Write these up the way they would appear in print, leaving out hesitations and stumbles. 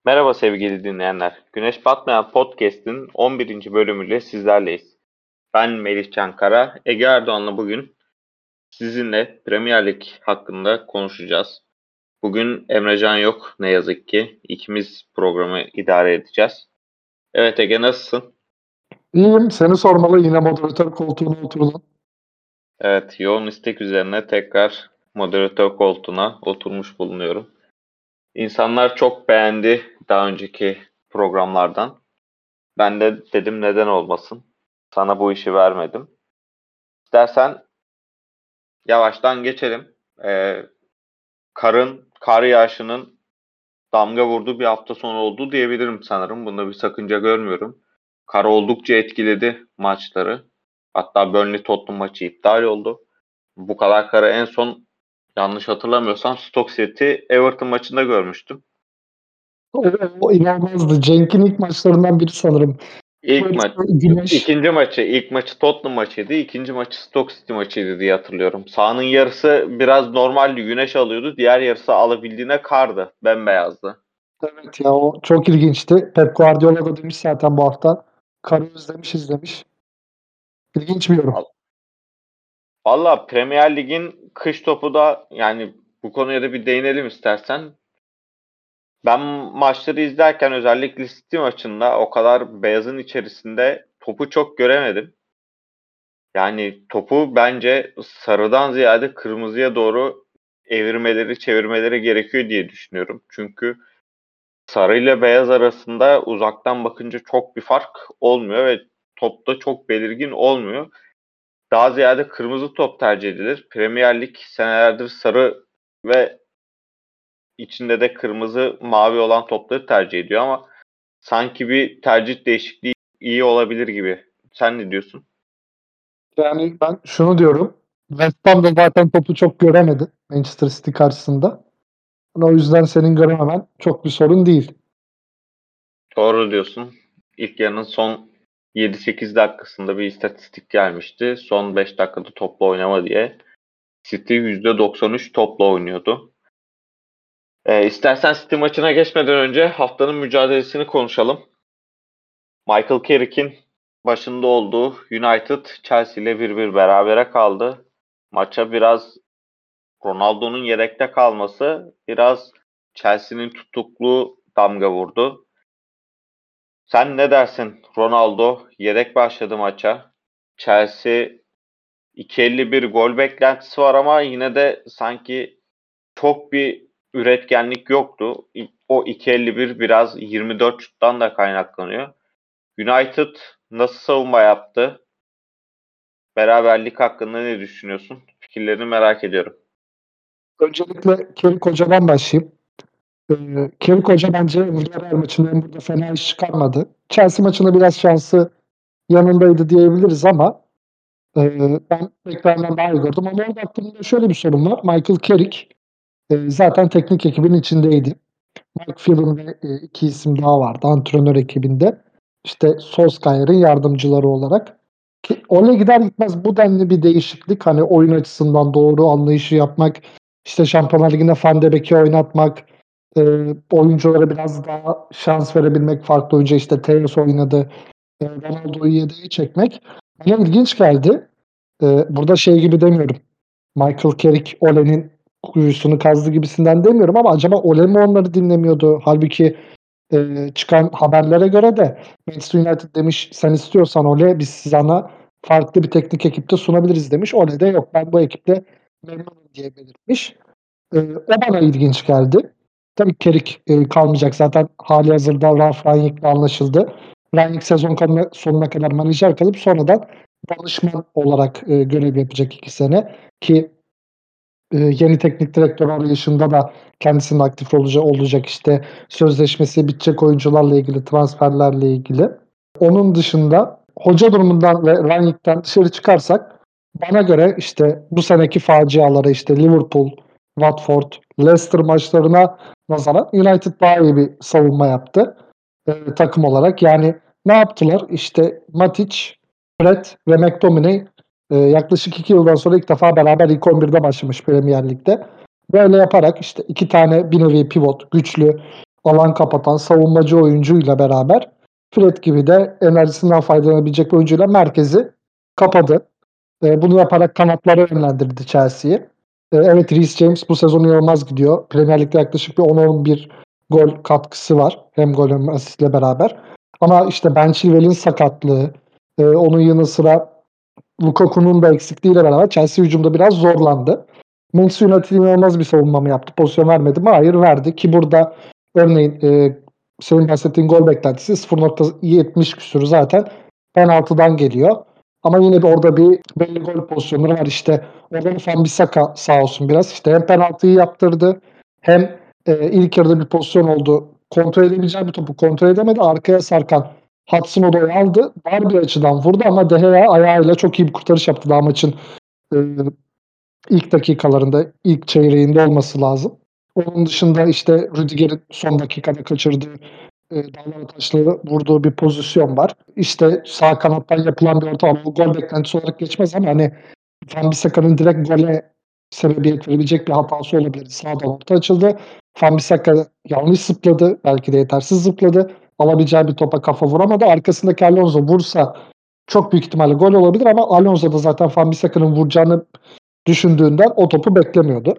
Merhaba sevgili dinleyenler. Güneş Batmayan Podcast'in 11. bölümüyle sizlerleyiz. Ben Melih Çankara. Ege Erdoğan'la bugün sizinle Premier Lig hakkında konuşacağız. Bugün Emrecan yok ne yazık ki. İkimiz programı idare edeceğiz. Evet Ege, nasılsın? İyiyim. Seni sormalı, yine moderatör koltuğuna oturdun. Evet, yoğun istek üzerine tekrar moderatör koltuğuna oturmuş bulunuyorum. İnsanlar çok beğendi daha önceki programlardan. Ben de dedim neden olmasın. Sana bu işi vermedim. İstersen yavaştan geçelim. Kar yağışının damga vurduğu bir hafta sonu oldu diyebilirim sanırım. Bunda bir sakınca görmüyorum. Kar oldukça etkiledi maçları. Hatta Burnley Tottenham maçı iptal oldu. Bu kadar karı en son, yanlış hatırlamıyorsam, Stoke City Everton maçında görmüştüm. O inanılmazdı. Cenk'in ilk maçlarından biri sanırım. İlk Yarısı maç, güneş. ilk maçı Tottenham maçıydı, ikinci maçı Stoke City maçıydı diye hatırlıyorum. Sahanın yarısı biraz normaldi, güneş alıyordu, diğer yarısı alabildiğine kardı, bembeyazdı. Evet ya, o çok ilginçti. Pep Guardiola da demiş zaten bu hafta. Karı özlemişiz demiş. İlginç bir yorum. Valla Premier Lig'in kış topu da, yani bu konuya da bir değinelim istersen. Ben maçları izlerken özellikle City maçında o kadar beyazın içerisinde topu çok göremedim. Yani topu bence sarıdan ziyade kırmızıya doğru evirmeleri, çevirmeleri gerekiyor diye düşünüyorum. Çünkü sarı ile beyaz arasında uzaktan bakınca çok bir fark olmuyor ve topta çok belirgin olmuyor. Daha ziyade kırmızı top tercih edilir. Premier Lig senelerdir sarı ve içinde de kırmızı mavi olan topları tercih ediyor ama sanki bir tercih değişikliği iyi olabilir gibi. Sen ne diyorsun? Yani ben şunu diyorum. West Ham da zaten topu çok göremedi Manchester City karşısında. O yüzden senin görememen çok bir sorun değil. Doğru diyorsun. İlk yarının son 7-8 dakikasında bir istatistik gelmişti. Son 5 dakikada topla oynama diye. City %93 topla oynuyordu. İstersen City maçına geçmeden önce haftanın mücadelesini konuşalım. Michael Carrick'in başında olduğu United Chelsea ile 1-1 berabere kaldı. Maça biraz Ronaldo'nun yedekte kalması, biraz Chelsea'nin tutukluğu damga vurdu. Sen ne dersin? Ronaldo yedek başladı maça. Chelsea 2.51 gol beklentisi var ama yine de sanki çok bir üretkenlik yoktu. O 2.51 biraz 24 şuttan da kaynaklanıyor. United nasıl savunma yaptı? Beraberlik hakkında ne düşünüyorsun? Fikirlerini merak ediyorum. Öncelikle Kerik Hoca'dan başlayayım. Kerik Hoca bence Villarreal maçında burada fena iş çıkarmadı. Chelsea maçında biraz şansı yanındaydı diyebiliriz ama ben ekrandan daha iyi gördüm. Ama orada aklımda şöyle bir sorun var. Michael Carrick zaten teknik ekibin içindeydi. Mike Phelan ve 2 isim daha vardı antrenör ekibinde. İşte Solskjaer'in yardımcıları olarak. Ki Ole gider gitmez bu denli bir değişiklik, hani oyun açısından doğru anlayışı yapmak, işte Şampiyonlar Ligi'nde Van de Beek'i oynatmak, oyunculara biraz daha şans verebilmek, farklı oyuncu, işte Tevez oynadı, Ronaldo'yu yedeğe çekmek bana ilginç geldi. Burada şey gibi demiyorum. Michael Carrick Ole'nin kuyusunu kazdı gibisinden demiyorum ama acaba Ole mi onları dinlemiyordu? Halbuki çıkan haberlere göre de Manchester United demiş, sen istiyorsan Ole, biz sana farklı bir teknik ekipte sunabiliriz demiş. Ole de yok, ben bu ekiple memnunum diye belirtmiş. O bana ilginç geldi. Tabii Kerik kalmayacak. Zaten hâlihazırda Ralf Rangnick'le anlaşıldı. Rangnick sezon sonuna kadar menajer kalıp sonradan danışman olarak görev yapacak 2 sene ki yeni teknik direktör arayışında da kendisinin aktif olacak, işte sözleşmesi bitecek oyuncularla ilgili, transferlerle ilgili. Onun dışında hoca durumundan ve Rangnick'ten dışarı çıkarsak bana göre işte bu seneki facialara, işte Liverpool, Watford, Leicester maçlarına nazaran United daha iyi bir savunma yaptı takım olarak. Yani ne yaptılar? İşte Matic, Fred ve McTominay yaklaşık 2 yıldan sonra ilk defa beraber ilk 11'de başlamış Premier Lig'de. Böyle yaparak işte 2 tane bir nevi pivot, güçlü, alan kapatan savunmacı oyuncuyla beraber Fred gibi de enerjisinden faydalanabilecek bir oyuncuyla merkezi kapadı. Bunu yaparak kanatlara yönlendirdi Chelsea'yi. Evet, Reece James bu sezon inanılmaz gidiyor. Premier Lig'de yaklaşık bir 10-11 gol katkısı var. Hem gol hem asistle beraber. Ama işte Ben Chilwell'in sakatlığı, onun yanı sıra Lukaku'nun da eksikliğiyle beraber Chelsea hücumda biraz zorlandı. Manchester United inanılmaz bir savunma mı yaptı? Pozisyon vermedi mi? Hayır, verdi. Ki burada örneğin senin bahsettiğin gol beklentisi 0.70 küsürü zaten penaltıdan geliyor. Ama yine de orada bir belli gol pozisyonları var. İşte orada Wan-Bissaka sağ olsun biraz. İşte hem penaltıyı yaptırdı hem ilk yarıda bir pozisyon oldu. Kontrol edebileceği bir topu kontrol edemedi. Arkaya sarkan Hudson-Odoi aldı. Dar bir açıdan vurdu ama De Gea ayağıyla çok iyi bir kurtarış yaptı. Daha maçın e, ilk dakikalarında, ilk çeyreğinde olması lazım. Onun dışında işte Rüdiger'in son dakikada kaçırdığı dağlara taşları vurduğu bir pozisyon var. İşte sağ kanattan yapılan bir orta var. O gol beklentisi olarak geçmez ama hani Wan-Bissaka'nın direkt gole sebebiyet verebilecek bir hatası olabilir. Sağdan orta açıldı. Wan-Bissaka yanlış zıpladı. Belki de yetersiz zıpladı. Alabileceği bir topa kafa vuramadı. Arkasındaki Alonso vursa çok büyük ihtimalle gol olabilir ama Alonso da zaten Wan-Bissaka'nın vuracağını düşündüğünden o topu beklemiyordu.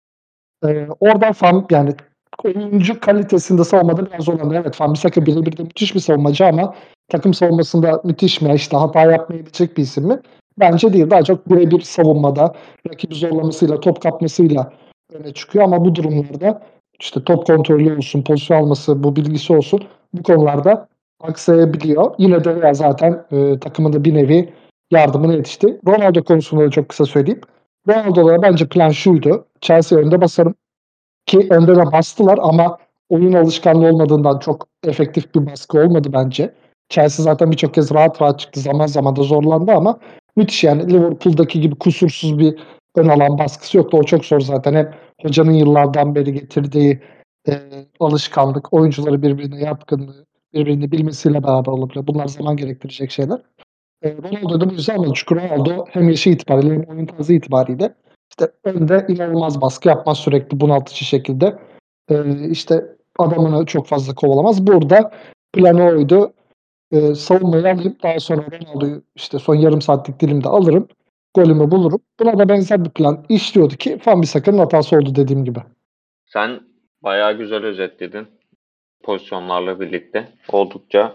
Oradan yani oyuncu kalitesinde savunmada biraz zorlandı. Evet, Wan-Bissaka birebir de müthiş bir savunmacı ama takım savunmasında müthiş mi? İşte hata yapmayabilecek bir isim mi? Bence değil. Daha çok birebir savunmada rakibi zorlamasıyla, top kapmasıyla öne çıkıyor ama bu durumlarda işte top kontrolü olsun, pozisyon alması, bu bilgisi olsun, bu konularda aksayabiliyor. Yine de ya zaten takımın bir nevi yardımına yetişti. Ronaldo konusunda da çok kısa söyleyeyim. Ronaldo'lara bence plan şuydu: Chelsea önde basarım, ki önde de bastılar ama oyun alışkanlığı olmadığından çok efektif bir baskı olmadı bence. Chelsea zaten birçok kez rahat rahat çıktı. Zaman zaman da zorlandı ama müthiş yani. Liverpool'daki gibi kusursuz bir ön alan baskısı yoktu. O çok zor zaten. Hem hocanın yıllardan beri getirdiği alışkanlık, oyuncuları birbirine yatkınlığı, birbirini bilmesiyle beraber olabiliyor. Bunlar zaman gerektirecek şeyler. Ronaldo'da bu yüzden almadı. Çünkü Ronaldo hem yaşı itibariyle hem oyun tarzı itibariyle işte önde inanılmaz baskı yapmaz, sürekli bunaltıcı şekilde. İşte adamını çok fazla kovalamaz. Burada planı oydu. Savunmayı alayım. Daha sonra Ronaldo'yu işte son yarım saatlik dilimde alırım. Golümü bulurum. Buna da benzer bir plan işliyordu ki Wan-Bissaka'nın hatası oldu dediğim gibi. Sen bayağı güzel özetledin pozisyonlarla birlikte. Oldukça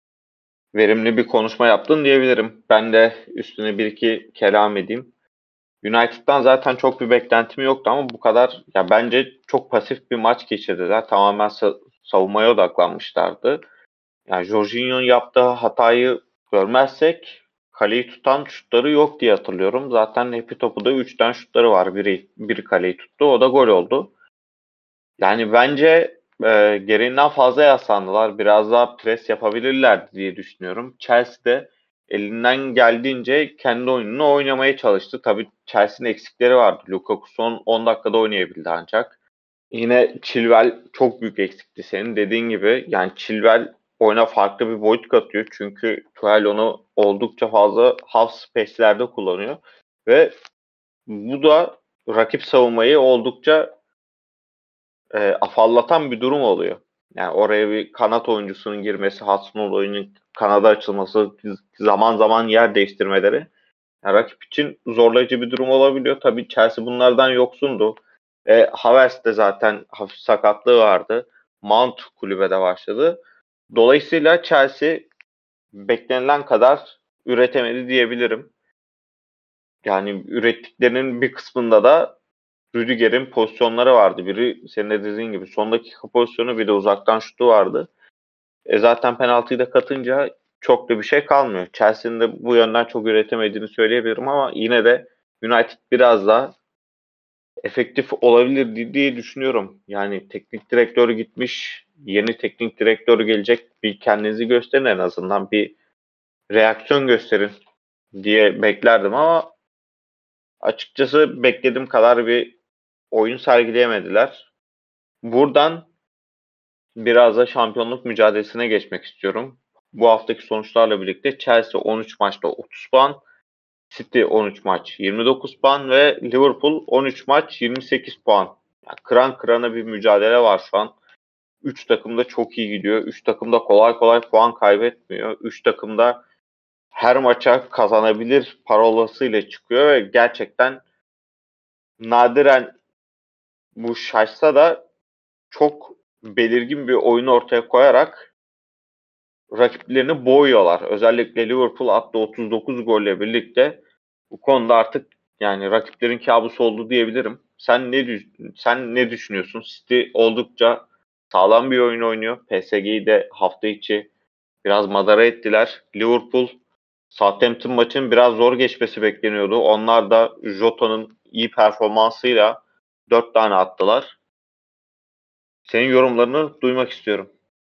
verimli bir konuşma yaptın diyebilirim. Ben de üstüne bir iki kelam edeyim. United'dan zaten çok bir beklentim yoktu ama bu kadar ya bence çok pasif bir maç geçirdiler. Tamamen savunmaya odaklanmışlardı. Yani Jorginho'nun yaptığı hatayı görmezsek kaleyi tutan şutları yok diye hatırlıyorum. Zaten Happy Top'u da 3 tane şutları var. Biri kaleyi tuttu. O da gol oldu. Yani bence gereğinden fazla yaslandılar. Biraz daha pres yapabilirlerdi diye düşünüyorum. Chelsea de elinden geldiğince kendi oyununu oynamaya çalıştı. Tabii Chelsea'nin eksikleri vardı. Lukaku son 10 dakikada oynayabildi ancak. Yine Chilwell çok büyük eksikti senin dediğin gibi. Yani Chilwell oyuna farklı bir boyut katıyor. Çünkü Tuchel onu oldukça fazla half space'lerde kullanıyor. Ve bu da rakip savunmayı oldukça afallatan bir durum oluyor. Yani oraya bir kanat oyuncusunun girmesi, Hudson-Odoi'nin kanada açılması, zaman zaman yer değiştirmeleri yani rakip için zorlayıcı bir durum olabiliyor. Tabii Chelsea bunlardan yoksundu. Havertz de zaten hafif sakatlığı vardı. Mount kulübede başladı. Dolayısıyla Chelsea beklenilen kadar üretemedi diyebilirim. Yani ürettiklerinin bir kısmında da Rüdiger'in pozisyonları vardı. Biri senin de dediğin gibi son dakika pozisyonu, bir de uzaktan şutu vardı. Zaten penaltıyı da katınca çok da bir şey kalmıyor. Chelsea'nin de bu yönden çok üretemediğini söyleyebilirim ama yine de United biraz daha efektif olabilir diye düşünüyorum. Yani teknik direktör gitmiş, yeni teknik direktör gelecek. Bir kendinizi gösterin, en azından bir reaksiyon gösterin diye beklerdim ama açıkçası beklediğim kadar bir oyun sergileyemediler. Buradan biraz da şampiyonluk mücadelesine geçmek istiyorum. Bu haftaki sonuçlarla birlikte Chelsea 13 maçta 30 puan, City 13 maç 29 puan ve Liverpool 13 maç 28 puan. Yani kıran kırana bir mücadele var şu an. 3 takım da çok iyi gidiyor. 3 takım da kolay kolay puan kaybetmiyor. 3 takım da her maça kazanabilir parolasıyla çıkıyor ve gerçekten nadiren bu şaşsa da çok belirgin bir oyun ortaya koyarak rakiplerini boğuyorlar. Özellikle Liverpool attığı 39 golle birlikte bu konuda artık yani rakiplerin kabusu oldu diyebilirim. Sen ne düşünüyorsun? City oldukça sağlam bir oyun oynuyor. PSG'yi de hafta içi biraz madara ettiler. Liverpool Southampton maçının biraz zor geçmesi bekleniyordu. Onlar da Jota'nın iyi performansıyla 4 tane attılar. Senin yorumlarını duymak istiyorum.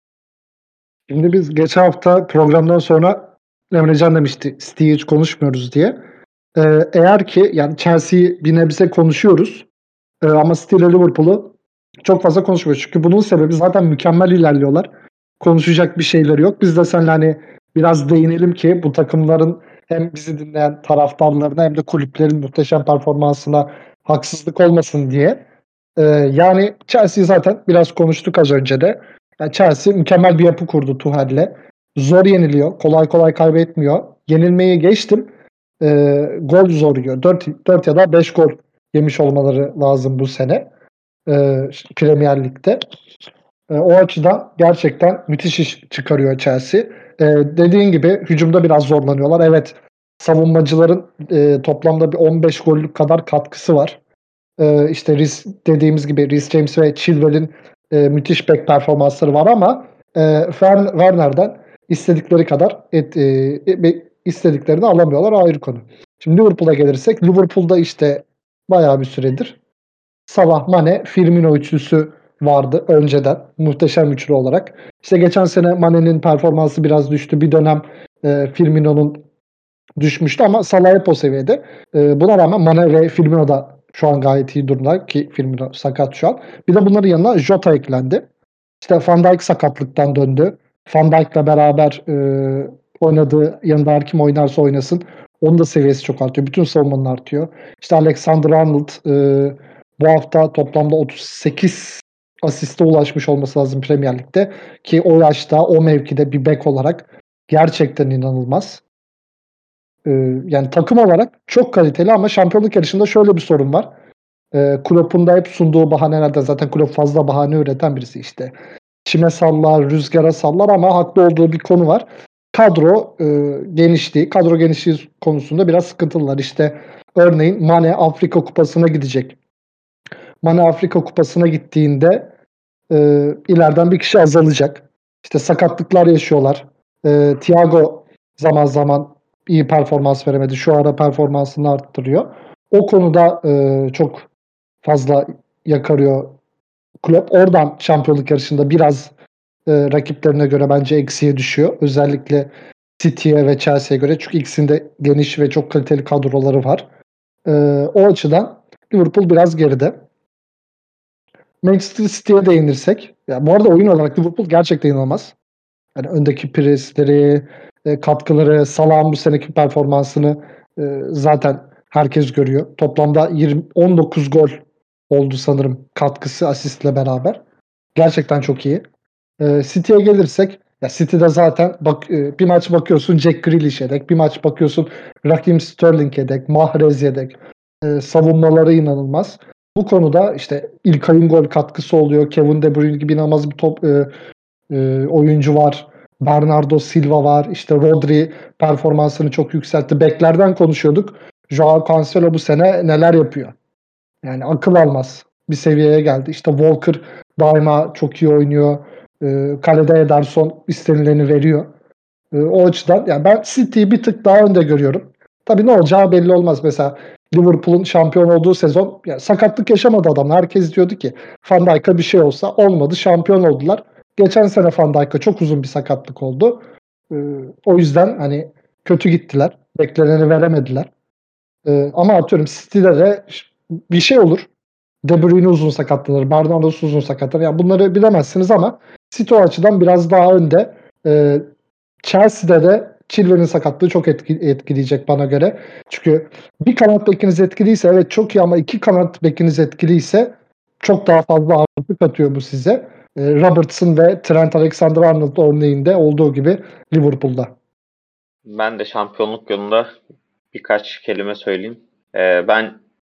Şimdi biz geçen hafta programdan sonra Emrecan demişti City'yi hiç konuşmuyoruz diye. Eğer ki yani Chelsea'yi bir nebze konuşuyoruz ama City ile Liverpool'u çok fazla konuşmuyoruz. Çünkü bunun sebebi zaten mükemmel ilerliyorlar. Konuşacak bir şeyleri yok. Biz de seninle hani biraz değinelim ki bu takımların hem bizi dinleyen taraftarlarına hem de kulüplerin muhteşem performansına haksızlık olmasın diye. Yani Chelsea'yi zaten biraz konuştuk az önce de. Yani Chelsea mükemmel bir yapı kurdu Tuchel'le. Zor yeniliyor. Kolay kolay kaybetmiyor. Yenilmeyi geçtim. Gol zor yiyor. 4 ya da 5 gol yemiş olmaları lazım bu sene. Premier Lig'de. O açıdan gerçekten müthiş iş çıkarıyor Chelsea. Dediğin gibi hücumda biraz zorlanıyorlar. Evet, savunmacıların toplamda bir 15 gollük kadar katkısı var. İşte dediğimiz gibi Reece James ve Chilwell'in müthiş bek performansları var ama Werner'den istedikleri kadar istediklerini alamıyorlar, ayrı konu. Şimdi Liverpool'a gelirsek, Liverpool'da işte bayağı bir süredir Salah, Mane, Firmino üçlüsü vardı önceden. Muhteşem üçlü olarak. İşte geçen sene Mane'nin performansı biraz düştü. Bir dönem Firmino'nun düşmüştü ama Salah hep o seviyede. Buna rağmen Mane ve Firmino da şu an gayet iyi durumda ki Firmino sakat şu an. Bir de bunların yanına Jota eklendi. İşte Van Dijk sakatlıktan döndü. Van Dijk'la beraber oynadığı, yanında her kim oynarsa oynasın. Onun da seviyesi çok artıyor. Bütün savunmanın artıyor. İşte Alexander-Arnold bu hafta toplamda 38 asiste ulaşmış olması lazım Premier Lig'de. Ki o yaşta, o mevkide bir bek olarak gerçekten inanılmaz. Yani takım olarak çok kaliteli ama şampiyonluk yarışında şöyle bir sorun var. Klopp'un da hep sunduğu bahanelerde, zaten Klopp fazla bahane üreten birisi işte. Çime sallar, rüzgara sallar ama haklı olduğu bir konu var. Kadro genişliği konusunda biraz sıkıntılılar. İşte örneğin Mane Afrika Kupası'na gidecek. Mane Afrika Kupası'na gittiğinde ileriden bir kişi azalacak. İşte sakatlıklar yaşıyorlar. Thiago zaman zaman iyi performans veremedi. Şu ara performansını arttırıyor. O konuda çok fazla yakarıyor Klopp. Oradan şampiyonluk yarışında biraz rakiplerine göre bence eksiye düşüyor. Özellikle City'ye ve Chelsea'ye göre. Çünkü ikisinde geniş ve çok kaliteli kadroları var. O açıdan Liverpool biraz geride. Manchester City'ye değinirsek. Ya bu arada oyun olarak Liverpool gerçekten inanılmaz. Yani öndeki presleri, katkıları, Salah'ın bu seneki performansını zaten herkes görüyor. Toplamda 19 gol oldu sanırım katkısı, asistle beraber. Gerçekten çok iyi. City'ye gelirsek, ya City'de zaten bir maç bakıyorsun Jack Grealish yedek, bir maç bakıyorsun Raheem Sterling yedek, Mahrez yedek. Savunmaları inanılmaz. Bu konuda işte İlkay'ın gol katkısı oluyor. Kevin De Bruyne gibi inanılmaz bir oyuncu var. Bernardo Silva var. İşte Rodri performansını çok yükseltti. Beklerden konuşuyorduk. Joao Cancelo bu sene neler yapıyor? Yani akıl almaz bir seviyeye geldi. İşte Walker daima çok iyi oynuyor. Kalede Ederson istenileni veriyor. O açıdan yani ben City'yi bir tık daha önde görüyorum. Tabii ne olacağı belli olmaz. Mesela Liverpool'un şampiyon olduğu sezon yani sakatlık yaşamadı adam. Herkes diyordu ki Van Dijk'a bir şey olsa, olmadı, şampiyon oldular. Geçen sene Van Dijk'a çok uzun bir sakatlık oldu. O yüzden hani kötü gittiler. Bekleneni veremediler. Ama atıyorum City'de de bir şey olur. De Bruyne uzun sakatlanır. Bernardo uzun sakatlanır. Yani bunları bilemezsiniz ama City o açıdan biraz daha önde. Chelsea'de de Chilwell'in sakatlığı çok etkileyecek bana göre. Çünkü bir kanat bekiniz etkiliyse evet çok iyi ama iki kanat bekiniz etkiliyse çok daha fazla artı katıyor bu size. Robertson ve Trent Alexander-Arnold örneğinde olduğu gibi Liverpool'da. Ben de şampiyonluk yolunda birkaç kelime söyleyeyim. Ben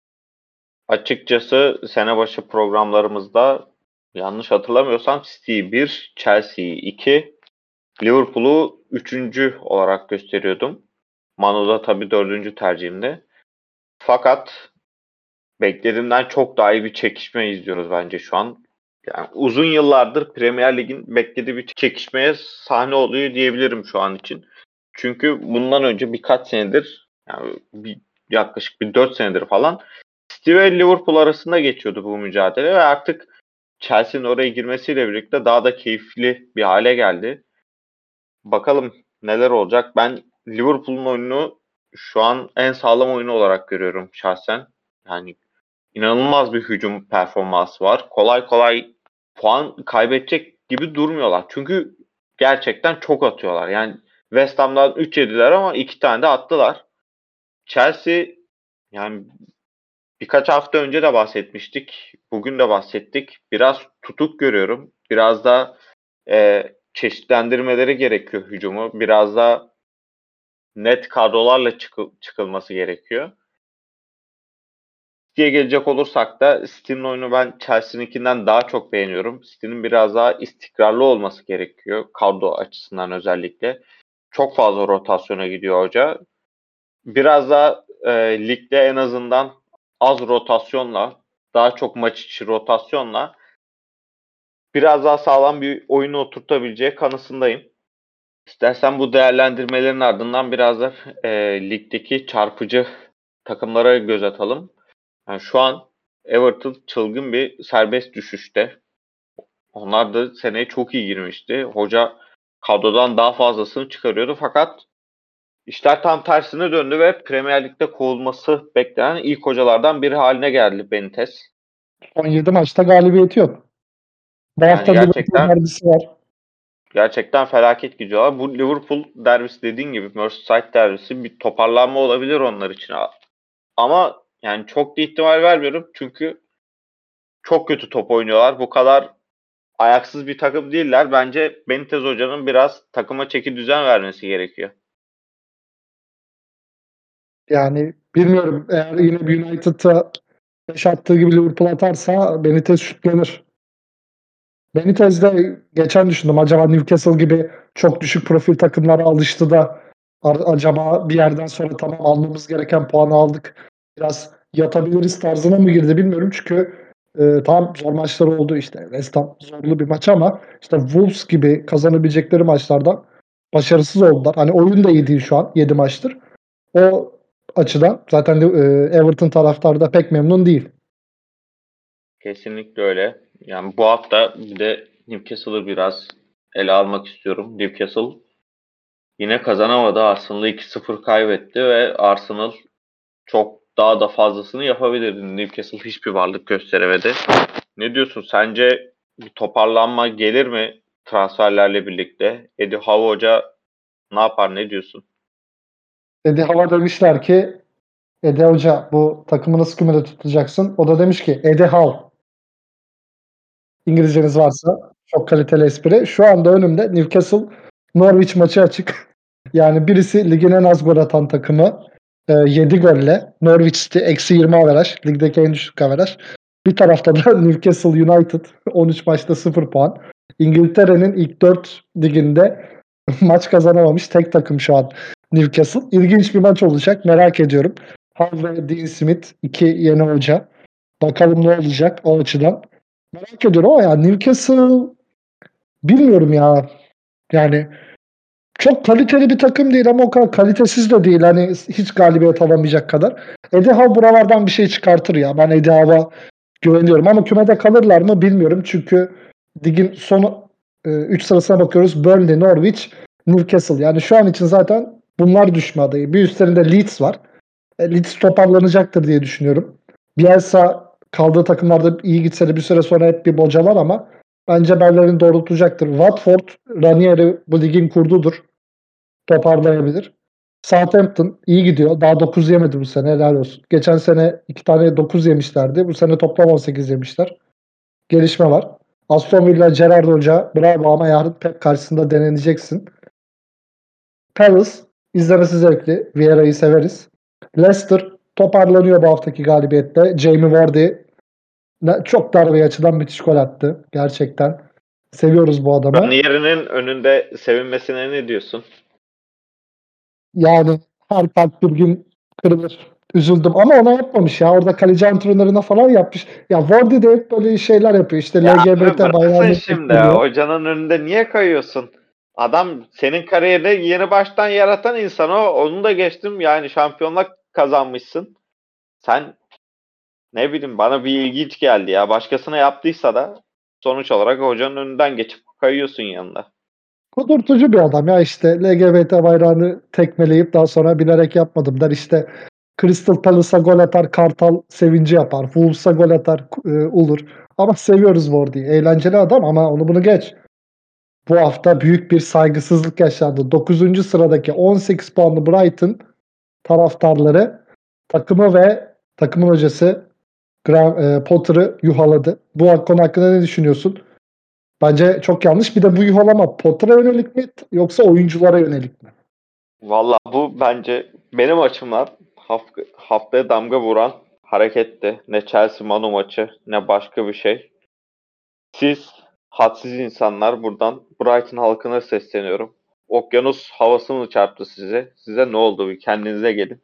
açıkçası sene başı programlarımızda yanlış hatırlamıyorsam City'yi 1, Chelsea'yi 2, Liverpool'u 3. olarak gösteriyordum. Manu'da tabii 4. tercihimdi. Fakat beklediğimden çok daha iyi bir çekişme izliyoruz bence şu an. Yani uzun yıllardır Premier Lig'in beklediği bir çekişmeye sahne oluyor diyebilirim şu an için. Çünkü bundan önce birkaç senedir, yani yaklaşık bir 4 senedir falan City ve Liverpool arasında geçiyordu bu mücadele ve artık Chelsea'nin oraya girmesiyle birlikte daha da keyifli bir hale geldi. Bakalım neler olacak. Ben Liverpool'un oyununu şu an en sağlam oyunu olarak görüyorum şahsen. Yani inanılmaz bir hücum performansı var. Kolay kolay puan kaybedecek gibi durmuyorlar. Çünkü gerçekten çok atıyorlar. Yani West Ham'dan 3 yediler ama 2 tane de attılar. Chelsea, yani birkaç hafta önce de bahsetmiştik. Bugün de bahsettik. Biraz tutuk görüyorum. Biraz da çeşitlendirmeleri gerekiyor hücumu. Biraz da net kadrolarla çıkılması gerekiyor. City'ye gelecek olursak da City'nin oyunu ben Chelsea'ninkinden daha çok beğeniyorum. City'nin biraz daha istikrarlı olması gerekiyor. Kadro açısından özellikle. Çok fazla rotasyona gidiyor hoca. Biraz daha ligde en azından az rotasyonla, daha çok maç içi rotasyonla biraz daha sağlam bir oyunu oturtabileceği kanısındayım. İstersen bu değerlendirmelerin ardından biraz da ligdeki çarpıcı takımlara göz atalım. Yani şu an Everton çılgın bir serbest düşüşte. Onlar da seneye çok iyi girmişti. Hoca kadrodan daha fazlasını çıkarıyordu fakat işler tam tersine döndü ve Premier Lig'de kovulması beklenen ilk hocalardan biri haline geldi Benitez. 17 maçta galibiyeti yok. Bu Yani hafta Liverpool derbisi var. gerçekten felaket gidiyorlar. Bu Liverpool derbisi, dediğin gibi Merseyside derbisi, bir toparlanma olabilir onlar için. Ama yani çok da ihtimal vermiyorum çünkü çok kötü top oynuyorlar. Bu kadar ayaksız bir takım değiller. Bence Benitez hocanın biraz takıma çeki düzen vermesi gerekiyor. Yani bilmiyorum, eğer yine bir United'a 5 attığı gibi Liverpool atarsa Benitez şutlanır. Benitez de geçen düşündüm, acaba Newcastle gibi çok düşük profil takımlara alıştı da acaba bir yerden sonra tamam, almamız gereken puanı aldık, biraz yatabiliriz tarzına mı girdi bilmiyorum. Çünkü tamam, zor maçlar oldu, işte West Ham zorlu bir maç ama işte Wolves gibi kazanabilecekleri maçlardan başarısız oldular. Hani oyun da iyi değil şu an 7 maçtır. O açıdan zaten Everton taraftarı da pek memnun değil. Kesinlikle öyle. Yani bu hafta bir de Newcastle'ı biraz ele almak istiyorum. Newcastle yine kazanamadı. Arsenal'ı 2-0 kaybetti ve Arsenal çok daha da fazlasını yapabilirdi. Newcastle hiçbir varlık gösteremedi. Ne diyorsun? Sence bir toparlanma gelir mi transferlerle birlikte? Eddie Howe Hoca ne yapar? Ne diyorsun? Eddie Howe demişler ki, Eddie Hoca bu takımı nasıl kümede tutacaksın? O da demiş ki Eddie Howe. İngilizceniz varsa çok kaliteli espri. Şu anda önümde Newcastle Norwich maçı açık. Yani birisi ligin en az gol atan takımı 7 golle. Norwich City -20 averaj. Ligdeki en düşük averaj. Bir tarafta da Newcastle United 13 maçta 0 puan. İngiltere'nin ilk 4 liginde maç kazanamamış tek takım şu an Newcastle. İlginç bir maç olacak. Merak ediyorum. Hull ve Dean Smith, iki yeni hoca. Bakalım ne olacak o açıdan. Merak ediyorum ama ya Newcastle bilmiyorum ya. Yani çok kaliteli bir takım değil ama o kadar kalitesiz de değil. Hani hiç galibiyet alamayacak kadar. Eddie Howe buralardan bir şey çıkartır ya. Ben Eddie Howe'a güveniyorum ama kümede kalırlar mı bilmiyorum. Çünkü ligin son 3 sırasına bakıyoruz. Burnley, Norwich, Newcastle. Yani şu an için zaten bunlar düşme adayı. Bir üstlerinde Leeds var. Leeds toparlanacaktır diye düşünüyorum. Bielsa kaldığı takımlarda iyi gitse de bir süre sonra hep bir bocalar ama bence bellerini doğrultacaktır. Watford, Ranieri bu ligin kurdudur. Toparlayabilir. Southampton iyi gidiyor. Daha 9 yemedi bu sene. Helal olsun. Geçen sene 2 tane 9 yemişlerdi. Bu sene toplam 18 yemişler. Gelişme var. Aston Villa, Gerrard Hoca bravo ama yarın Pep karşısında deneneceksin. Palace izlemesi zevkli. Vieira'yı severiz. Leicester toparlanıyor bu haftaki galibiyetle. Jamie Vardy çok dar bir açıdan müthiş gol attı. Gerçekten. Seviyoruz bu adamı. Ranier'in önünde sevinmesine ne diyorsun? Yani her kalp bir gün kırılır. Üzüldüm ama ona yapmamış ya. Orada kaleci antrenörüne falan yapmış. Ya Vardy de hep böyle şeyler yapıyor. İşte Ya abi LGBT bıraksın bayrağını şimdi. tekmeliyor. Hocanın önünde niye kayıyorsun? Adam senin kariyerini yeni baştan yaratan insan o. Onu da geçtim. Yani şampiyonluk kazanmışsın. Sen ne bileyim bana bir ilginç geldi ya. Başkasına yaptıysa da sonuç olarak hocanın önünden geçip kayıyorsun yanında. Kudurtucu bir adam ya işte LGBT bayrağını tekmeleyip daha sonra bilerek yapmadım der. İşte Crystal Palace'a gol atar, Kartal sevinci yapar. Wolves'a gol atar, olur. Ama seviyoruz Vardy'yi. Eğlenceli adam ama onu bunu geç. Bu hafta büyük bir saygısızlık yaşandı. 9. sıradaki 18 puanlı Brighton taraftarları takımı ve takımın hocası Potter'ı yuhaladı. Bu konu hakkında ne düşünüyorsun? Bence çok yanlış. Bir de bu yuhalama Potter'a yönelik mi yoksa oyunculara yönelik mi? Valla bu bence benim açımdan haftaya damga vuran hareketti. Ne Chelsea Manu maçı ne başka bir şey. Siz hadsiz insanlar buradan Brighton halkına sesleniyorum. Okyanus havası mı çarptı size? Size ne oldu? Bir kendinize gelin.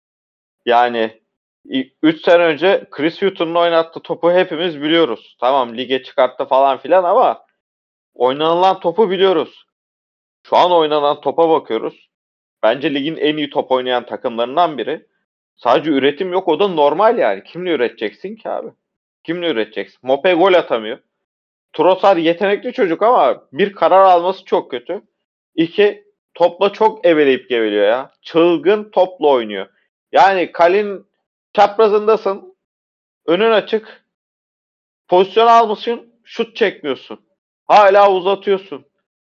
Yani 3 sene önce Chris Hughton'un oynattığı topu hepimiz biliyoruz. Tamam lige çıkarttı falan filan ama oynanılan topu biliyoruz. Şu an oynanan topa bakıyoruz. Bence ligin en iyi top oynayan takımlarından biri. Sadece üretim yok o da normal yani. Kimle üreteceksin ki abi? Kimle üreteceksin? Mopé gol atamıyor. Trossard yetenekli çocuk ama bir karar alması çok kötü. İki, topla çok eveleyip geveliyor ya. Çılgın topla oynuyor. Yani kalenin çaprazındasın. Önün açık. Pozisyon almışsın. Şut çekmiyorsun. Hala uzatıyorsun.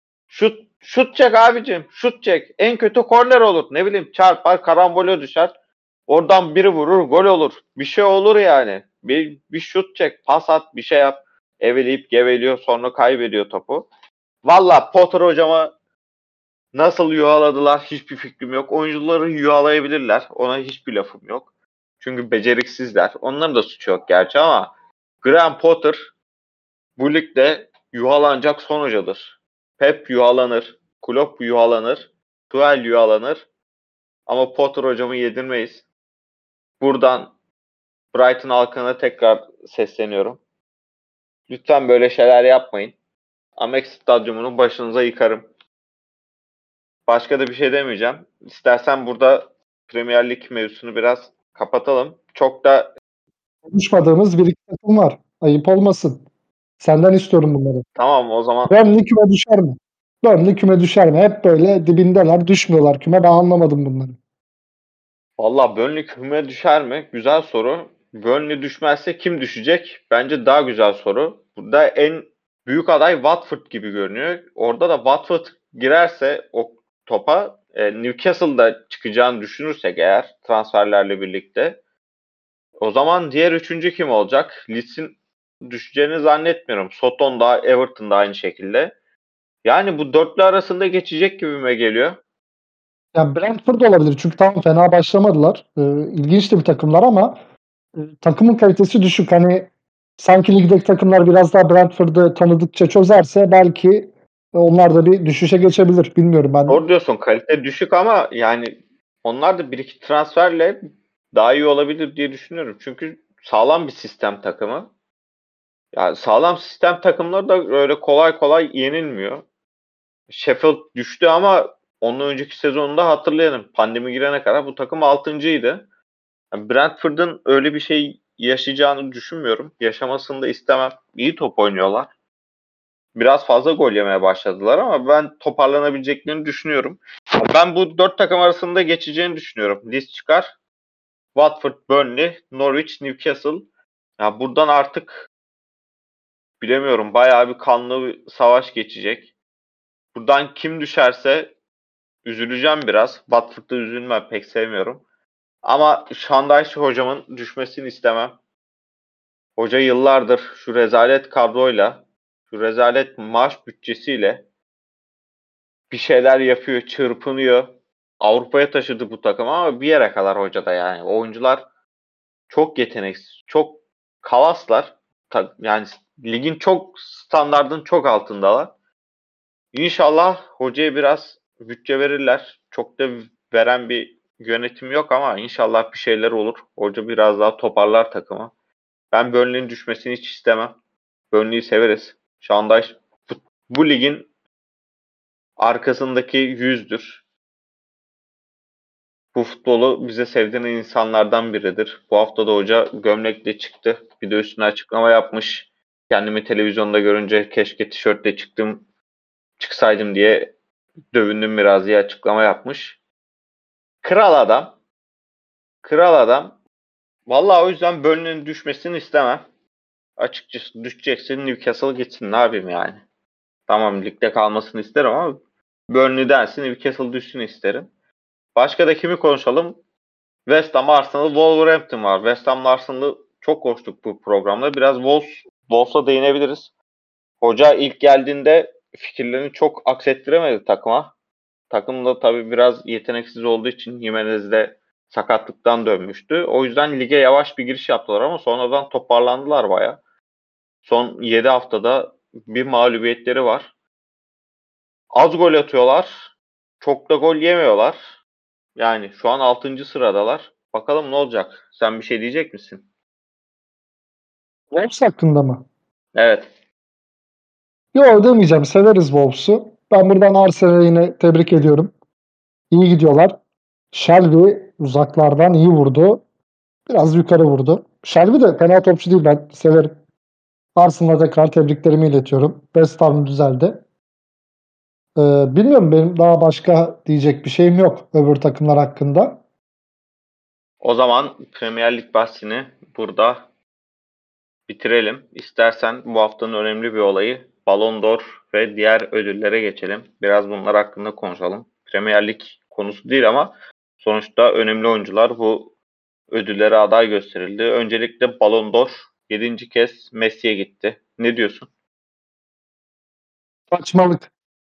Şut çek abicim. Şut çek. En kötü korner olur. Ne bileyim çarpar karambole düşer. Oradan biri vurur gol olur. Bir şey olur yani. Bir şut çek. Pas at bir şey yap. Eveleyip geveliyor sonra kaybediyor topu. Valla Potter hocama nasıl yuhaladılar hiçbir fikrim yok. Oyuncuları yuhalayabilirler. Ona hiçbir lafım yok. Çünkü beceriksizler. Onların da suçu yok gerçi ama Graham Potter bu ligde yuhalanacak son hocadır. Pep yuhalanır. Klopp yuhalanır. Tuchel yuhalanır. Ama Potter hocamı yedirmeyiz. Buradan Brighton halkına tekrar sesleniyorum. Lütfen böyle şeyler yapmayın. Amex Stadyumu'nu başınıza yıkarım. Başka da bir şey demeyeceğim. İstersen burada Premier Lig mevzusunu biraz kapatalım. Çok da Konuşmadığımız bir iki takım var. Ayıp olmasın. Senden istiyorum bunları. tamam o zaman. Burnley küme düşer mi? Burnley küme düşer mi? Hep böyle dibindeler, düşmüyorlar küme. Ben anlamadım bunları. Valla Burnley küme düşer mi? Güzel soru. Burnley düşmezse kim düşecek? Bence daha güzel soru. Burada en büyük aday Watford gibi görünüyor. Orada da Watford girerse o topa Newcastle'da çıkacağını düşünürsek eğer transferlerle birlikte o zaman diğer üçüncü kim olacak? Leeds'in düşeceğini zannetmiyorum. Soton da Everton da aynı şekilde. Yani bu dörtlü arasında geçecek gibime geliyor. Yani Brentford da olabilir. Çünkü tamam fena başlamadılar. İlginç de bir takımlar ama takımın kalitesi düşük. Hani sanki ligdeki takımlar biraz daha Brentford'u tanıdıkça çözerse belki onlar da bir düşüşe geçebilir. Bilmiyorum ben. Doğru diyorsun kalite düşük ama yani onlar da bir iki transferle daha iyi olabilir diye düşünüyorum. Çünkü sağlam bir sistem takımı. Yani sağlam sistem takımları da öyle kolay kolay yenilmiyor. Sheffield düştü ama ondan önceki sezonunda hatırlayalım. Pandemi girene kadar bu takım 6.'ydı. Yani Brentford'un öyle bir şey yaşayacağını düşünmüyorum. Yaşamasını da istemem. İyi top oynuyorlar. Biraz fazla gol yemeye başladılar ama ben toparlanabileceklerini düşünüyorum. Ben bu dört takım arasında geçeceğini düşünüyorum. Leeds çıkar. Watford, Burnley, Norwich, Newcastle. Ya buradan artık bilemiyorum. Bayağı bir kanlı bir savaş geçecek. Buradan kim düşerse üzüleceğim biraz. Watford'da üzülmem. Pek sevmiyorum. Ama Şandayşı hocamın düşmesini istemem. Hoca yıllardır şu rezalet kadroyla şu rezalet maaş bütçesiyle bir şeyler yapıyor, çırpınıyor. Avrupa'ya taşıdı bu takım ama bir yere kadar hoca da yani. Oyuncular çok yeteneksiz, çok kalaslar. Yani ligin çok standardın çok altındalar. İnşallah hocaya biraz bütçe verirler. Çok da veren bir yönetim yok ama inşallah bir şeyler olur. Hoca biraz daha toparlar takımı. Ben Burnley'nin düşmesini hiç istemem. Burnley'i severiz. Şu anda bu ligin arkasındaki yüzdür. Bu futbolu bize sevdiren insanlardan biridir. Bu hafta da hoca gömlekle çıktı. Bir de üstüne açıklama yapmış. Kendimi televizyonda görünce keşke tişörtle çıksaydım diye dövündüm biraz diye açıklama yapmış. Kral adam. Kral adam. Vallahi o yüzden Burnley'nin düşmesini istemem. Açıkçası düşecekse Newcastle gitsin. Ne yapayım yani? Tamam ligde kalmasını isterim ama Burnley'densin Newcastle düşsün isterim. Başka da kimi konuşalım? West Ham, Arsenal, Wolverhampton var. West Ham'la Arsenal'ı çok konuştuk bu programda. Biraz Wolves'a değinebiliriz. Hoca ilk geldiğinde fikirlerini çok aksettiremedi takıma. Takım da tabii biraz yeteneksiz olduğu için Jimenez de sakatlıktan dönmüştü. O yüzden lige yavaş bir giriş yaptılar ama sonradan toparlandılar baya. Son 7 haftada bir mağlubiyetleri var. Az gol atıyorlar. Çok da gol yemiyorlar. Yani şu an 6. sıradalar. Bakalım ne olacak? Sen bir şey diyecek misin? Wolves hakkında mı? Evet. Yok demeyeceğim. Severiz Wolves'u. Ben buradan Arsenal'i yine tebrik ediyorum. İyi gidiyorlar. Shelby uzaklardan iyi vurdu. Biraz yukarı vurdu. Shelby de fena topçu değil. Ben severim. Arsenal'a tekrar tebriklerimi iletiyorum. West Ham düzeldi. Bilmiyorum benim daha başka diyecek bir şeyim yok öbür takımlar hakkında. O zaman Premier Lig bahsini burada bitirelim. İstersen bu haftanın önemli bir olayı Ballon d'Or ve diğer ödüllere geçelim. Biraz bunlar hakkında konuşalım. Premier Lig konusu değil ama sonuçta önemli oyuncular bu ödüllere aday gösterildi. Öncelikle Ballon d'Or 7. kez Messi'ye gitti. Ne diyorsun? Saçmalık.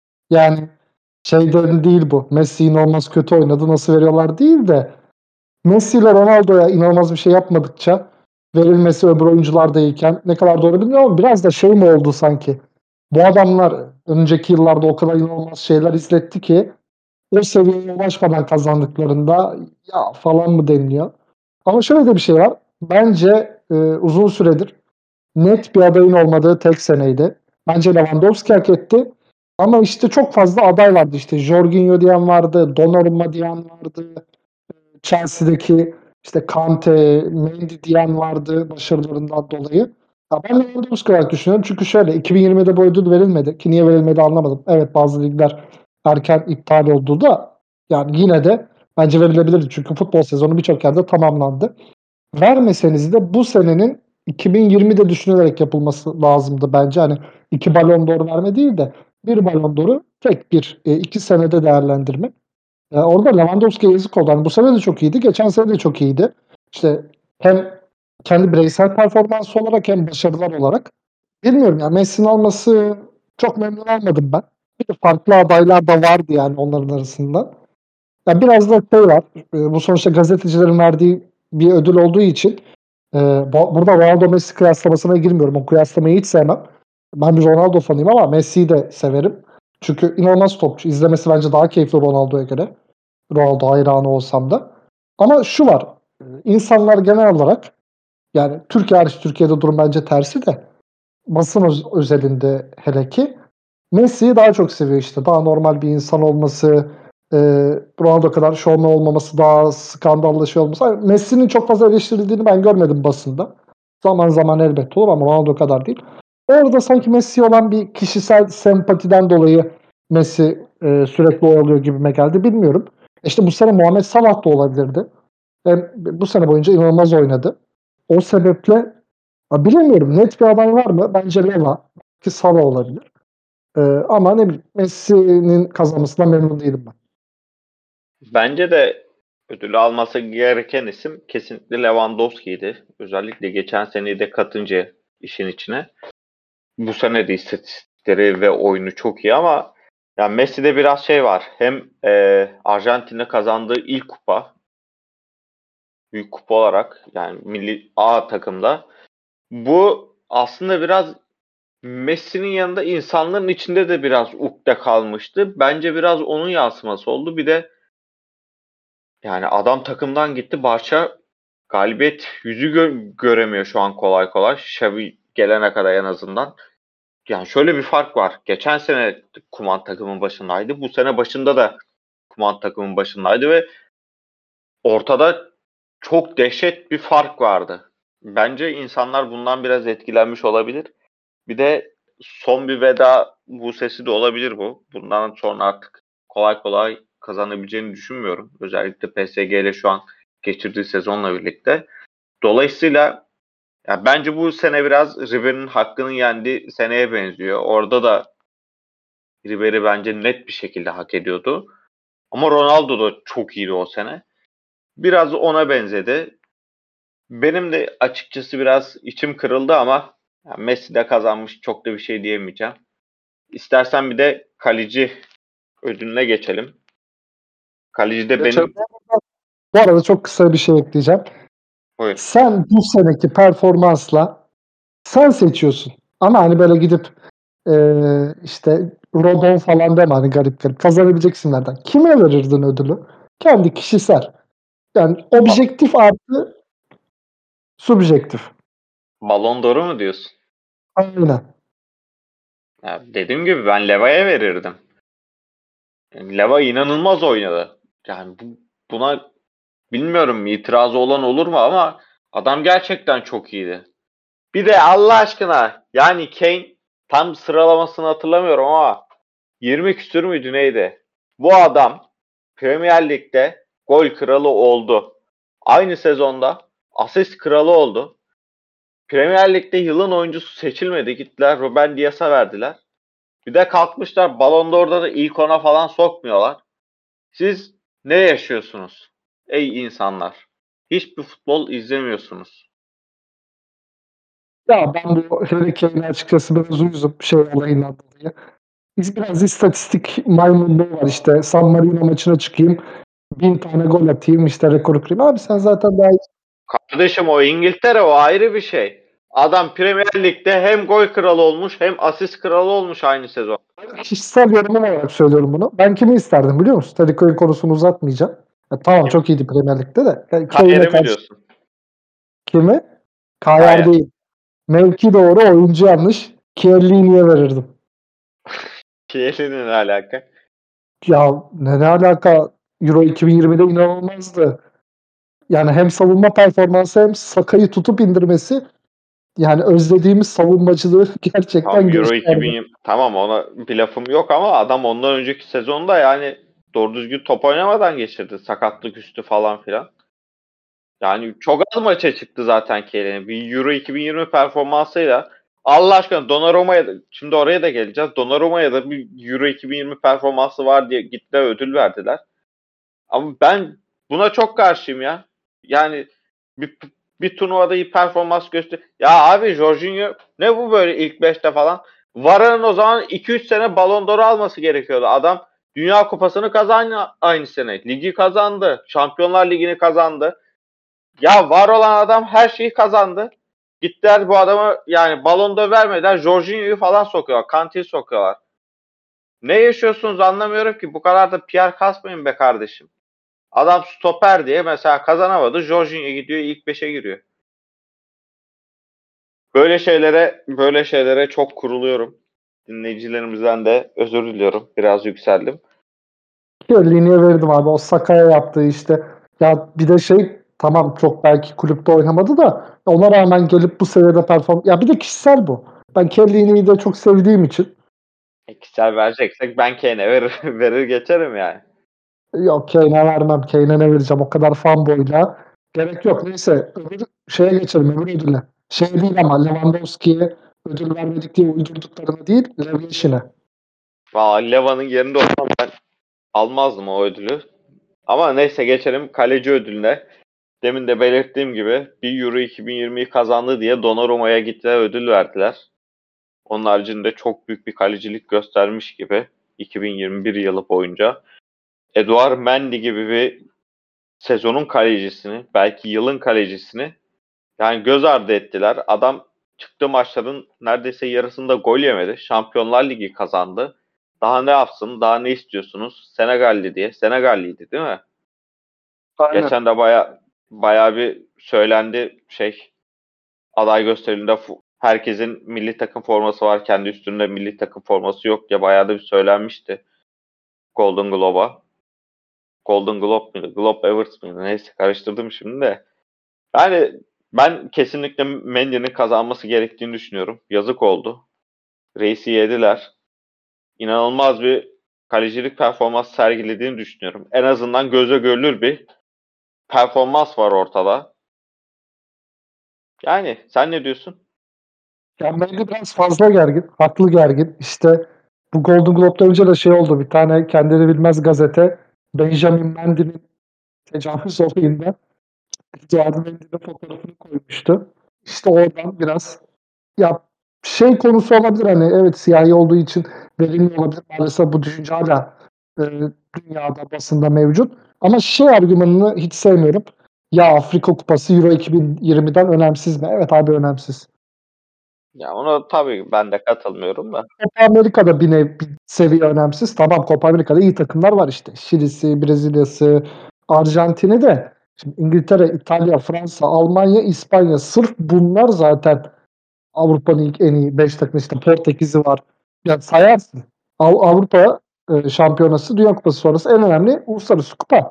Yani şeyden değil bu. Messi inanılmaz kötü oynadı nasıl veriyorlar değil de Messi ile Ronaldo'ya inanılmaz bir şey yapmadıkça verilmesi öbür oyuncular da iyiken ne kadar doğru bilmiyorum ama biraz da şey mi oldu sanki? Bu adamlar önceki yıllarda o kadar inanılmaz şeyler izletti ki o seviyeye ulaşmadan kazandıklarında ya falan mı deniliyor? Ama şöyle de bir şey var. Bence uzun süredir net bir adayın olmadığı tek seneydi. Bence Lewandowski hak etti. Ama işte çok fazla aday vardı. İşte Jorginho diyen vardı, Donnarumma diyen vardı. Chelsea'deki işte Kante, Mendy diyen vardı başarılarından dolayı. Ya ben Lewandowski olarak düşünüyorum. Çünkü şöyle 2020'de bu ödül verilmedi. Ki niye verilmedi anlamadım. Evet bazı ligler erken iptal oldu da yani yine de bence verilebilirdi. Çünkü futbol sezonu birçok yerde tamamlandı. Vermeseniz de bu senenin 2020'de düşünülerek yapılması lazımdı bence. Hani 2 Ballon d'Or verme değil de bir Ballon d'Or'u tek bir 2 senede değerlendirme. Orada Lewandowski'ye yazık oldu. Hani bu sene de çok iyiydi. Geçen sene de çok iyiydi. İşte hem kendi bireysel performansı olarak hem başarılar olarak. Bilmiyorum ya Messi'nin alması çok memnun olmadım ben. Bir de farklı adaylar da vardı yani onların arasında. Ya biraz da şey var. Bu sonuçta gazetecilerin verdiği bir ödül olduğu için burada Ronaldo Messi kıyaslamasına girmiyorum. O kıyaslamayı hiç sevmem. Ben bir Ronaldo fanıyım ama Messi'yi de severim. Çünkü inanılmaz topçu. İzlemesi bence daha keyifli Ronaldo'ya göre. Ronaldo hayranı olsam da. Ama şu var. İnsanlar genel olarak yani Türkiye hariç Türkiye'de durum bence tersi de basın özelinde hele ki Messi'yi daha çok seviyor işte. Daha normal bir insan olması, e, Ronaldo kadar şovmen olmaması, daha skandallı şey olması. Yani Messi'nin çok fazla eleştirildiğini ben görmedim basında. Zaman zaman elbette olur ama Ronaldo kadar değil. Orada sanki Messi'ye olan bir kişisel sempatiden dolayı Messi sürekli oyalıyor gibime geldi. Bilmiyorum. İşte bu sene Muhammed Salah da olabilirdi. Bu sene boyunca inanılmaz oynadı. O sebeple bilemiyorum net bir aday var mı? Bence Leva ki Salah olabilir. Ama ne bileyim Messi'nin kazanmasından memnun değilim ben. Bence de ödülü alması gereken isim kesinlikle Lewandowski'ydi. Özellikle geçen seneyi de katınca işin içine. bu sene de istatistikleri ve oyunu çok iyi ama yani Messi'de biraz şey var. Hem Arjantin'de kazandığı ilk kupa, büyük kupa olarak yani milli A takımda. Bu aslında biraz Messi'nin yanında insanların içinde de biraz ukde kalmıştı. Bence biraz onun yansıması oldu. Bir de yani adam takımdan gitti. Barça galibiyet yüzü göremiyor şu an kolay kolay. Xavi gelene kadar en azından. Yani şöyle bir fark var. Geçen sene Koeman takımın başındaydı. Bu sene başında da Koeman takımın başındaydı ve ortada çok dehşet bir fark vardı. Bence insanlar bundan biraz etkilenmiş olabilir. Bir de son bir veda Busesi de olabilir bu. Bundan sonra artık kolay kolay kazanabileceğini düşünmüyorum. Özellikle PSG ile şu an geçirdiği sezonla birlikte. Dolayısıyla ya bence bu sene biraz Ribery'nin hakkını yendiği seneye benziyor. Orada da Ribery bence net bir şekilde hak ediyordu. Ama Ronaldo da çok iyiydi o sene. Biraz ona benzedi. Benim de açıkçası biraz içim kırıldı ama ya Messi de kazanmış, çok da bir şey diyemeyeceğim. İstersen bir de kaleci ödülüne geçelim. Kaleci de Geçelim. benim... Bu arada çok kısa bir şey ekleyeceğim. Buyur. Sen bu seneki performansla sen seçiyorsun. Ama hani böyle gidip işte Rodon falan deme hani garip garip. Kazanabileceksinlerden. Kime verirdin ödülü? Kendi kişisel. Yani objektif artı subjektif. Ballon d'Or'u mu diyorsun? Aynen. Ya dediğim gibi ben Leva'ya verirdim. Yani Leva inanılmaz oynadı. Yani buna bilmiyorum itirazı olan olur mu ama adam gerçekten çok iyiydi. Bir de Allah aşkına yani Kane tam sıralamasını hatırlamıyorum ama 20 küsür müydü neydi? Bu adam Premier Lig'de gol kralı oldu. Aynı sezonda asist kralı oldu. Premier Lig'de yılın oyuncusu seçilmedi. Gittiler Ruben Dias'a verdiler. Bir de kalkmışlar Ballon d'Or'da da ilk ona falan sokmuyorlar. Siz ne yaşıyorsunuz? Ey insanlar. Hiçbir futbol izlemiyorsunuz. Ya ben bu Harry Kane'e açıkçası biraz uyuzum şey olayından dolayı. Biz biraz istatistik maymunluğu var işte. San Marino maçına çıkayım. 1000 tane gol atayım işte rekoru kırayım. Abi sen zaten daha Kardeşim o İngiltere o ayrı bir şey. Adam Premier Lig'de hem gol kralı olmuş hem asist kralı olmuş aynı sezon. kişisel yorumum olarak söylüyorum bunu. Ben kimi isterdim biliyor musun? Tabii Kane konusunu uzatmayacağım. Tamam Kim? çok iyiydi Premier Lig'de de. Yani Kane'e Kayer'i mi karşı diyorsun? kimi? Kayer Kayer. değil. Mevki doğru, oyuncu yanlış. Chiellini'ye verirdim. Kayer'in ne alaka? Ya ne alaka? Euro 2020'de inanılmazdı. Yani hem savunma performansı hem Saka'yı tutup indirmesi yani özlediğimiz savunmacılığı Tamam gerçekten Euro gösterdi. 2020 tamam ona bir lafım yok ama adam ondan önceki sezonda yani doğru düzgün top oynamadan geçirdi. Sakatlık üstü falan filan. Yani çok az maça çıktı zaten Kayer'in. Bir Euro 2020 performansıyla Allah aşkına Donnarumma'ya da şimdi oraya da geleceğiz. Donnarumma'ya da bir Euro 2020 performansı var diye gittiler ödül verdiler. Ama ben buna çok karşıyım ya. Yani bir, bir turnuvada iyi performans göster. Ya abi Jorginho ne bu böyle ilk 5'te falan? Varane o zaman 2-3 sene Ballon d'Or alması gerekiyordu. Adam Dünya Kupası'nı kazandı aynı sene. Ligi kazandı. Şampiyonlar Ligi'ni kazandı. Ya var olan adam her şeyi kazandı. Gittiler bu adamı yani Ballon d'Or vermeden Jorginho'yu falan sokuyorlar. Kante'yi sokuyorlar. Ne yaşıyorsunuz anlamıyorum ki. Bu kadar da PR kasmayın be kardeşim. Adam stoper diye mesela kazanamadı. Jorginho gidiyor ilk 5'e giriyor. Böyle şeylere çok kuruluyorum. Dinleyicilerimizden de özür diliyorum. Biraz yükseldim. Chiellini'ye verirdim abi. O Saka'ya yaptığı işte. Ya bir de şey tamam çok belki kulüpte oynamadı da ona rağmen gelip bu seviyede perform... Ya bir de kişisel bu. Ben Chiellini'yi de çok sevdiğim için Kişisel vereceksek ben Kane'e verir, verir geçerim yani. yok Kane'e vermem. Kane'e ne vereceğim? O kadar fanboyla. Gerek yok. Neyse öbür şeye geçelim. Öbür ödüle. Şey değil ama Lewandowski'ye ödül vermedik diye uydurduklarını değil. Levleşine. Vallahi Leva'nın yerinde olsam ben almazdım o ödülü. Ama neyse geçelim kaleci ödülüne. Demin de belirttiğim gibi bir Euro 2020'yi kazandı diye Donnarumma'ya gittiler ödül verdiler. Onun haricinde çok büyük bir kalecilik göstermiş gibi 2021 yılı boyunca. Eduard Mendy gibi bir sezonun kalecisini, belki yılın kalecisini yani göz ardı ettiler. Adam çıktığı maçların neredeyse yarısında gol yemedi. Şampiyonlar Ligi kazandı. Daha ne yapsın? Daha ne istiyorsunuz? Senegalli diye. Senegalliydi değil mi? Aynen. Geçen de baya bir söylendi aday gösteriminde herkesin milli takım forması var. Kendi üstünde milli takım forması yok ya bayağı da bir söylenmişti. Golden Globe'a. Golden Globe muydu? Globe Awards mıydı? Neyse karıştırdım şimdi de. Yani ben kesinlikle Mendy'nin kazanması gerektiğini düşünüyorum. Yazık oldu. Reis'i yediler. İnanılmaz bir kalecilik performans sergilediğini düşünüyorum. En azından göze görülür bir performans var ortada. Yani sen ne diyorsun? Yani bence biraz fazla gergin. Haklı gergin. İşte bu Golden Globe'dan önce de şey oldu. Bir tane kendini bilmez gazete Benjamin Mendy'nin tecavüz olayında Eduard Mendy'nin fotoğrafını koymuştu. İşte oradan biraz ya şey konusu olabilir hani evet siyahi olduğu için verimli olabilir. Maalesef bu düşünce hala e, dünyada basında mevcut. Ama şey argümanını hiç sevmiyorum. Ya Afrika Kupası Euro 2020'den önemsiz mi? Evet abi önemsiz. Ya ona tabii ben de katılmıyorum da. Copa Amerika'da bir seviye önemsiz. Tamam Copa Amerika'da iyi takımlar var işte. Şili'si, Brezilya'sı, Arjantin'i de. Şimdi İngiltere, İtalya, Fransa, Almanya, İspanya sırf bunlar zaten Avrupa'nın ilk en iyi 5 takımı işte Portekiz'i var. Yani sayarsın. Avrupa Şampiyonası, Dünya Kupası sonrası en önemli uluslararası kupa.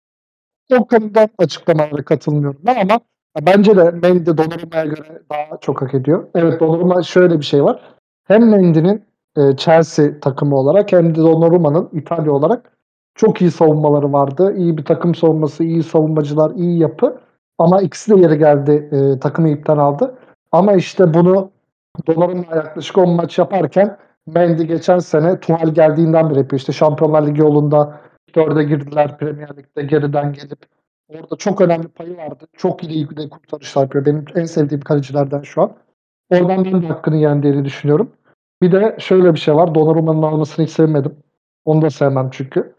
O konudan açıklamalara katılmıyorum ben ama bence de Mendy Donnarumma'ya göre daha çok hak ediyor. Evet Donnarumma şöyle bir şey var. Hem Mendy'nin Chelsea takımı olarak hem de Donnarumma'nın İtalya olarak çok iyi savunmaları vardı. İyi bir takım savunması, iyi savunmacılar, iyi yapı. Ama ikisi de yeri geldi takımı ipten aldı. Ama işte bunu Donnarumma yaklaşık 10 maç yaparken Mendy geçen sene Tuchel geldiğinden beri yapıyor. İşte Şampiyonlar Ligi yolunda dörde girdiler Premier Lig'de geriden gelip. Orada çok önemli payı vardı. Çok iyi de kurtarışlar yapıyor. Benim en sevdiğim kalecilerden şu an. Oradan ben de hakkını yendiğini düşünüyorum. Bir de şöyle bir şey var. Donnarumma'nın almasını hiç sevmedim. Onu da sevmem çünkü.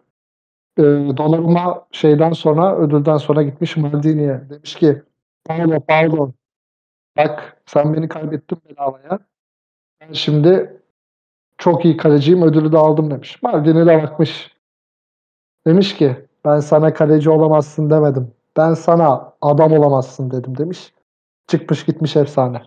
Donnarumma şeyden sonra, ödülden sonra gitmiş Maldini'ye. Demiş ki Paolo bak sen beni kaybettin bedavaya. Ben şimdi çok iyi kaleciyim ödülü de aldım demiş. Maldini de bakmış. Demiş ki ben sana kaleci olamazsın demedim. Ben sana adam olamazsın dedim demiş. Çıkmış gitmiş efsane.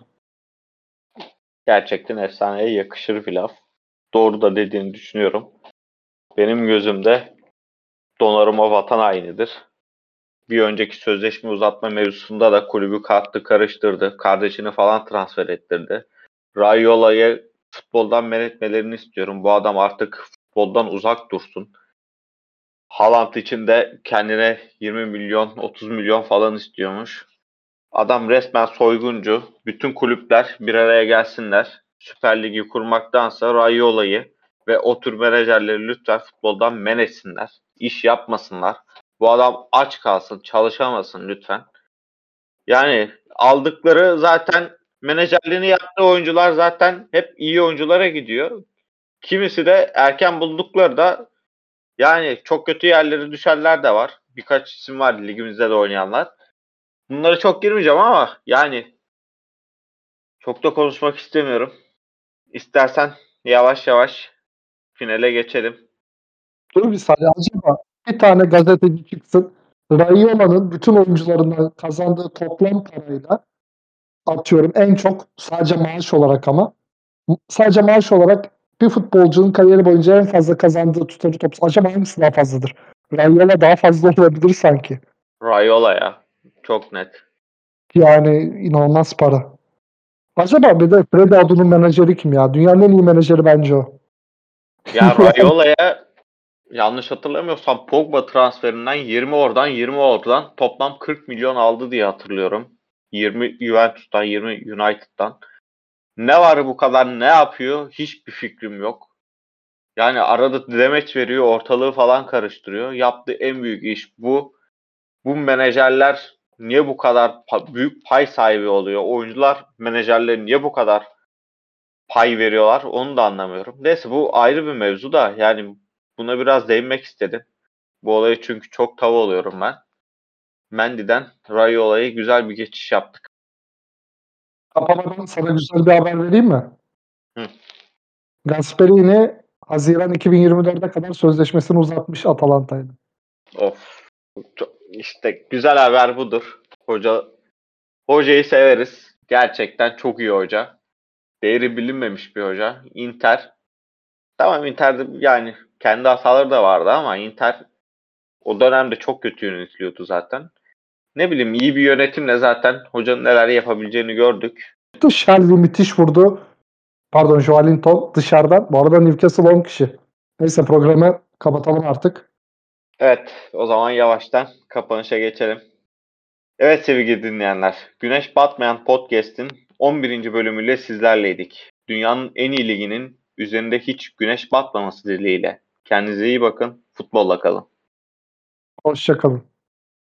Gerçekten efsaneye yakışır bir laf. Doğru da dediğini düşünüyorum. Benim gözümde Donnarumma vatan hainidir. Bir önceki sözleşme uzatma mevzusunda da kulübü kattı, karıştırdı. Kardeşini falan transfer ettirdi. Raiola'yı futboldan men etmelerini istiyorum. Bu adam artık futboldan uzak dursun. Haaland için de kendine 20 milyon, 30 milyon falan istiyormuş. Adam resmen soyguncu. Bütün kulüpler bir araya gelsinler. Süper Ligi kurmaktansa Raiola'yı ve o tür menajerleri lütfen futboldan men etsinler. İş yapmasınlar. Bu adam aç kalsın, çalışamasın lütfen. Yani aldıkları zaten menajerliğini yaptığı oyuncular zaten hep iyi oyunculara gidiyor. Kimisi de erken buldukları da yani çok kötü yerlere düşenler de var. Birkaç isim var ligimizde de oynayanlar. Bunlara çok girmeyeceğim ama yani çok da konuşmak istemiyorum. İstersen yavaş yavaş finale geçelim. Dur bir saniye acaba bir tane gazeteci çıksın. Raiola'nın bütün oyuncularından kazandığı toplam parayla atıyorum en çok sadece maaş olarak ama sadece maaş olarak bir futbolcunun kariyeri boyunca en fazla kazandığı tutarı top. Acaba hangisi daha fazladır? Raiola daha fazla olabilir sanki. Raiola ya. Çok net. Yani inanılmaz para. Acaba bir de Freddy Adu'nun menajeri kim ya? Dünyanın en iyi menajeri bence o. Ya Raiola'ya yanlış hatırlamıyorsam Pogba transferinden 20 oradan 20 oradan toplam 40 milyon aldı diye hatırlıyorum. 20 Juventus'tan 20 United'dan. Ne var bu kadar ne yapıyor hiçbir fikrim yok. Yani arada demeç veriyor ortalığı falan karıştırıyor. Yaptığı en büyük iş bu. Bu menajerler niye bu kadar büyük pay sahibi oluyor? Oyuncular menajerleri niye bu kadar pay veriyorlar onu da anlamıyorum. Neyse bu ayrı bir mevzu da yani buna biraz değinmek istedim. Bu olayı çünkü çok tav oluyorum ben. Mendy'den Rayola'ya güzel bir geçiş yaptık. Kapamadan sana güzel bir haber vereyim mi? Hı. Gasperini Haziran 2024'e kadar sözleşmesini uzatmış Atalanta'yla. Of. İşte güzel haber budur. Hocayı severiz. Gerçekten çok iyi hoca. Değeri bilinmemiş bir hoca. Tamam Inter'de yani kendi hataları da vardı ama Inter o dönemde çok kötü yönetiliyordu zaten. Ne bileyim iyi bir yönetimle zaten hocanın neler yapabileceğini gördük. Shelby müthiş vurdu. Pardon, Joelinton dışarıdan. Bu arada Newcastle 10 kişi. Neyse programı kapatalım artık. Evet, o zaman yavaştan kapanışa geçelim. Evet sevgili dinleyenler, Güneş Batmayan Podcast'in 11. bölümüyle sizlerleydik. Dünyanın en iyi liginin üzerinde hiç güneş batmaması dileğiyle. Kendinize iyi bakın, futbolla kalın. Hoşça kalın.